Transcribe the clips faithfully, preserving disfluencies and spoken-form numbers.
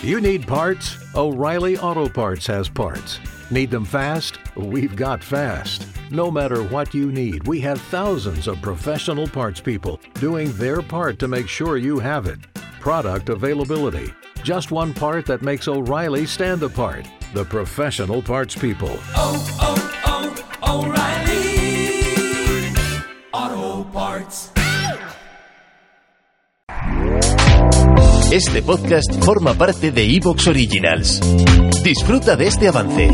You need parts? O'Reilly Auto Parts has parts. Need them fast? We've got fast. No matter what you need, we have thousands of professional parts people doing their part to make sure you have it. Product availability. Just one part that makes O'Reilly stand apart. The professional parts people. Oh, oh, oh, O'Reilly Auto Parts. Este podcast forma parte de iVoox Originals. Disfruta de este avance.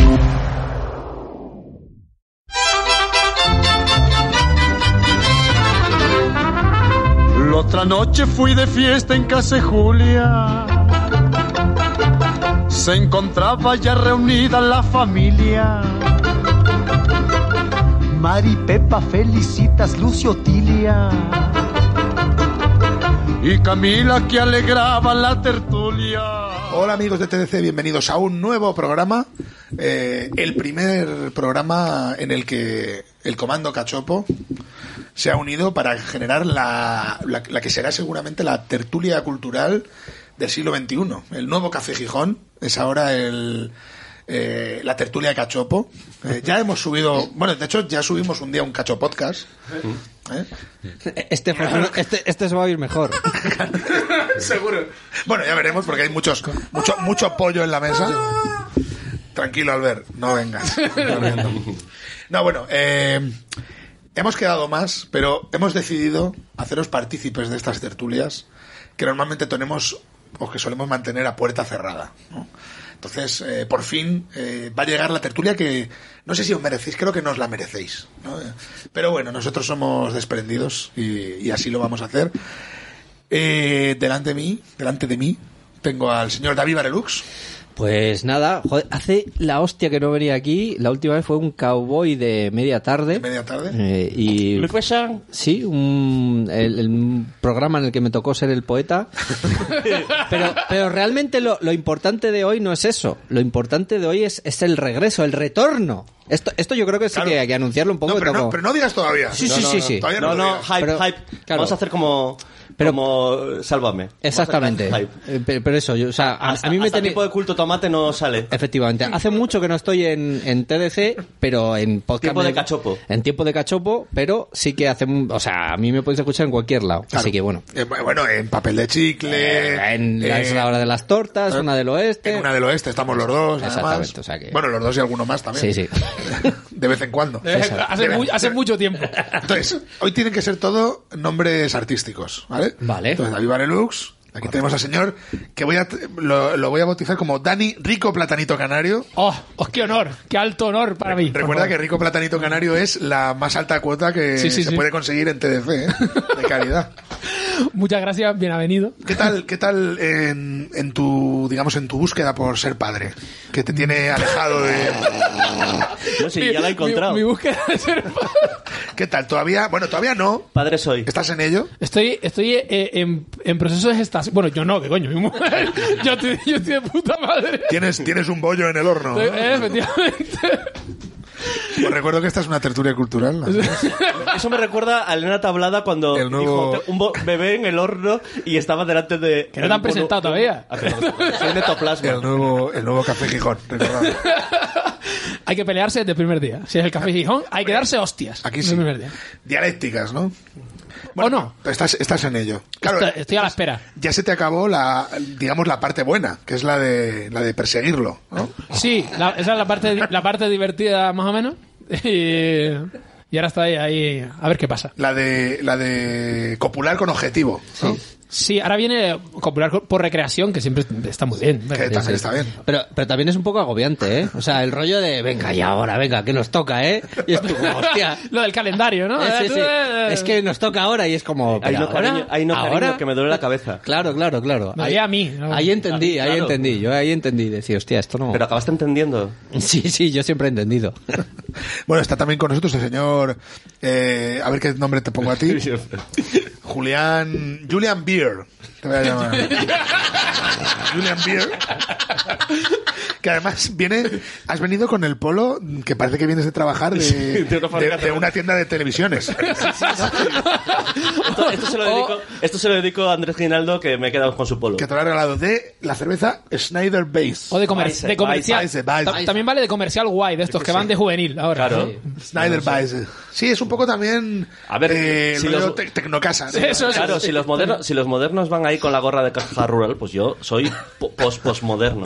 La otra noche fui de fiesta en casa de Julia. Se encontraba ya reunida la familia. Mari, Pepa, Felicitas, Lucio, Tilia y Camila, que alegraba la tertulia. Hola amigos de T D C, bienvenidos a un nuevo programa, eh, el primer programa en el que el Comando Cachopo se ha unido para generar la, la, la que será seguramente la tertulia cultural del siglo veintiuno. El nuevo Café Gijón es ahora el... Eh, la tertulia de Cachopo. Eh, ya hemos subido, bueno, de hecho ya subimos un día un Cacho Podcast. ¿Eh? Este, este, este se va a oír mejor. Seguro. Bueno, ya veremos porque hay muchos, mucho, mucho pollo en la mesa. Tranquilo, Albert, no vengas. No, bueno, eh, hemos quedado más, pero hemos decidido haceros partícipes de estas tertulias que normalmente tenemos o que solemos mantener a puerta cerrada, ¿no? Entonces, eh, por fin eh, va a llegar la tertulia que no sé si os merecéis, creo que no os la merecéis, ¿no? Pero bueno, nosotros somos desprendidos y, y así lo vamos a hacer. Eh, delante de mí, delante de mí, tengo al señor David Barelux. Pues nada, joder, hace la hostia que no venía aquí. La última vez fue un cowboy de media tarde. ¿De media tarde? Eh, y ¿Le pasa? Sí, un, el, el programa en el que me tocó ser el poeta. pero, pero realmente lo, lo importante de hoy no es eso. Lo importante de hoy es, es el regreso, el retorno. Esto, esto yo creo que sí, claro, que hay que anunciarlo un poco. No, pero, como... no, pero no digas todavía. Sí, no, sí, no, sí, no, sí. Todavía No, no, no, no hype, pero, hype. Claro. Vamos a hacer como... Pero, como Sálvame. Exactamente. Hype. Eh, pero, pero eso, yo, o sea, a, hasta, a mí me hasta tenía... tipo de culto tomate no sale. Efectivamente. Hace mucho que no estoy en, en T D C, pero en podcast... Tiempo me... de cachopo. En tiempo de cachopo, pero sí que hace... O sea, a mí me podéis escuchar en cualquier lado. Claro. Así que bueno. Eh, bueno, en Papel de Chicle... Eh, en la, eh, es la hora de las tortas, eh, una del oeste... En una del oeste estamos los dos, Exactamente, además. o sea que... Bueno, los dos y alguno más también. Sí, sí. De vez en cuando. Hace, mu- hace mucho tiempo. Entonces, hoy tienen que ser todo nombres artísticos, ¿vale? Vale. Entonces, David Barelux, aquí tenemos al señor, que voy a lo, lo voy a bautizar como Dani Rico Platanito Canario. Oh, oh, qué honor, qué alto honor para mí. Recuerda que Rico Platanito Canario es la más alta cuota que sí, sí, se sí. puede conseguir en T D C, ¿eh? De calidad. Muchas gracias, bienvenido. ¿Qué tal, qué tal en, en tu, digamos, en tu búsqueda por ser padre? Que te tiene alejado de... No, sí, ya la he encontrado. Mi, mi búsqueda de ser padre. ¿Qué tal? ¿Todavía? Bueno, todavía no. Padre soy. ¿Estás en ello? Estoy, estoy eh, en, en proceso de gestación. Bueno, yo no, que coño, mi mujer. Yo estoy, yo estoy de puta madre. Tienes, tienes un bollo en el horno, ¿no? Eh, efectivamente. Os recuerdo que esta es una tertulia cultural, ¿no? Eso me recuerda a Elena Tablada cuando El nuevo- dijo un bo- bebé en el horno y estaba delante de... Que no te han presentado todavía. Ah, perdón. Soy netoplasma. El nuevo, el nuevo Café Gijón, recordad. Hay que pelearse desde el primer día. Si es el Café Gijón, hay que darse hostias. Aquí desde sí. el primer día. Dialécticas, ¿no? ¿O no? Estás, estás en ello. Claro, Estoy, estoy a la espera. ya se te acabó la, digamos, la parte buena, que es la de, la de perseguirlo, ¿no? Sí, la- esa es la parte, la parte divertida, más o menos. Y, y ahora estoy ahí a ver qué pasa. La de, la de copular con objetivo, ¿no? Sí, ahora viene copular por recreación, que siempre está muy bien. Que también está bien. Pero, pero también es un poco agobiante, ¿eh? O sea, el rollo de, venga, ya ahora, venga, que nos toca, ¿eh? Y es como, hostia. Lo del calendario, ¿no? Eh, sí, sí. Es que nos toca ahora y es como, Ahí ¿pero no, ahora? cariño, ahí no, cariño, ¿Ahora? que me duele la cabeza. Claro, claro, claro. Me Ahí, dolía a mí, ¿no? ahí entendí, ahí Claro. entendí. Yo ahí entendí. Decía, hostia, esto no... Pero acabaste entendiendo. Sí, sí, yo siempre he entendido. Bueno, está también con nosotros el señor, eh, a ver qué nombre te pongo a ti. Julián, Julian Beer. Te voy a llamar. Julian Beer. Que además viene, has venido con el polo que parece que vienes de trabajar de, Sí, de una de, fábrica de una tienda de televisiones. Esto, esto se lo dedico, esto se lo dedico a Andrés Ginaldo, que me he quedado con su polo. Que te lo ha regalado de la cerveza Schneider Base. O de, comer- Baiser, de comercial. Baiser, Baiser. Ta- También vale de comercial guay, de estos que van de juvenil ahora. Claro. Schneider Base. Sí, es un poco también. A ver, eh, si rollo los- te- tecnocasa. ¿no? Eso es. Claro, si los modernos, si los modernos van ahí con la gorra de caja rural, pues yo soy po- post postmoderno.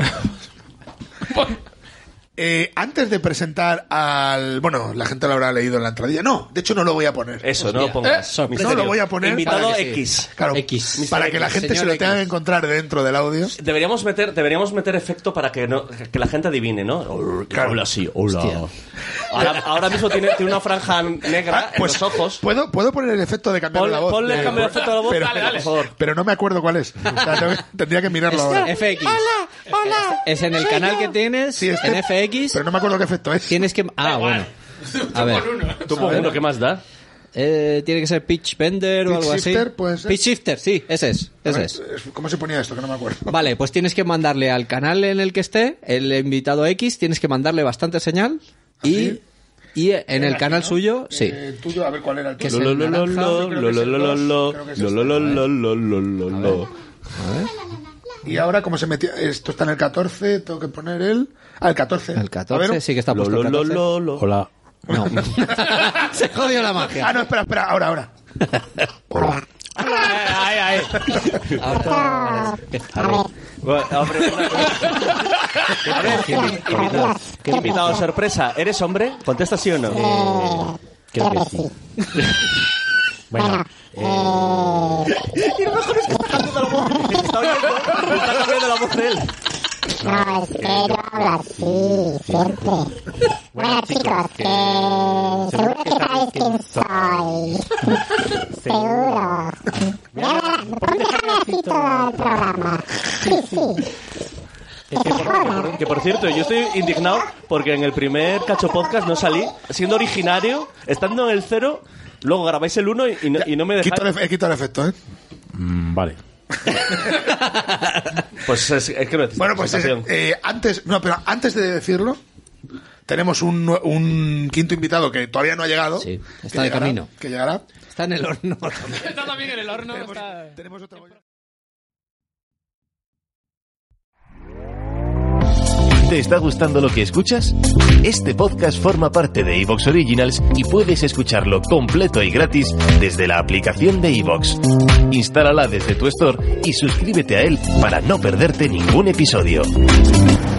Eh, antes de presentar al. Bueno, la gente lo habrá leído en la entradilla. No, de hecho no lo voy a poner. Eso, no lo pongas. sorpresa. No lo voy a poner. Invitado para que- X. Claro, X. para que la gente Señor se lo tenga X. que encontrar dentro del audio. Deberíamos meter, deberíamos meter efecto para que no, que la gente adivine, ¿no? Claro. Hola, sí, hola. Ahora, ahora mismo tiene, tiene una franja negra Ah, en los ojos. ¿Puedo, ¿Puedo poner el efecto de cambiar Pon- la voz? ponle el de- cambio de efecto a la voz. Pero, Dale, dale. Por favor. pero no me acuerdo cuál es. O sea, tengo- tendría que mirarlo ahora. F X. Es en el canal que tienes, Sí, este- en F X, Pero no me acuerdo qué efecto es. tienes que... Ah, bueno. A ver. Tú pon uno, ¿qué más da? Eh, tiene que ser Pitch Bender o Pitch algo shifter, así. ¿puede ser? Pitch Shifter, sí, ese es. A Ese ver, es. ¿Cómo se ponía esto? Que no me acuerdo. Vale, pues tienes que mandarle al canal en el que esté, el invitado X, tienes que mandarle bastante señal y, ¿Así? y en el canal suyo, sí. Eh, el tuyo, a ver cuál era el Que tuyo. es el naranja. Yo creo que es el dos, creo que es este. Y ahora, ¿cómo se metía? Esto está en el catorce, tengo que poner el. Ah, el catorce. El A ver, catorce, sí que está puesto el catorce. Hola. No. Se jodió la magia. Ah, no, espera, espera, ahora, ahora. Ahí, ahí. Ahora, Bueno, hombre, una- A ver, ¿qué invitado sorpresa? ¿Eres hombre? Contesta sí o no. creo que sí. Bueno, Y lo mejor es que está cambiando la voz. Está oyendo, está cambiando la voz de él. no, es que yo hablo así, siempre. Bueno, chicos, que seguro que sabéis quién soy. Seguro. Voy a hablar, déjame así todo el programa. Sí, sí. Que por, que por cierto, yo estoy indignado porque en el primer Cacho Podcast no salí, siendo originario, estando en el cero, luego grabáis el uno y, y no, y no me Quito dejáis. el, he quitado el efecto, ¿eh? Mm, vale. Pues es, es que no es Bueno, pues es- presentación. eh, antes, no, pero antes de decirlo, tenemos un, nue- un quinto invitado que todavía no ha llegado. Sí, que está de llegará, camino. Que llegará. Está en el horno. Está también en el horno. Tenemos, está- tenemos otro. ¿Te está gustando lo que escuchas? Este podcast forma parte de iVoox Originals y puedes escucharlo completo y gratis desde la aplicación de iVoox. Instálala desde tu store y suscríbete a él para no perderte ningún episodio.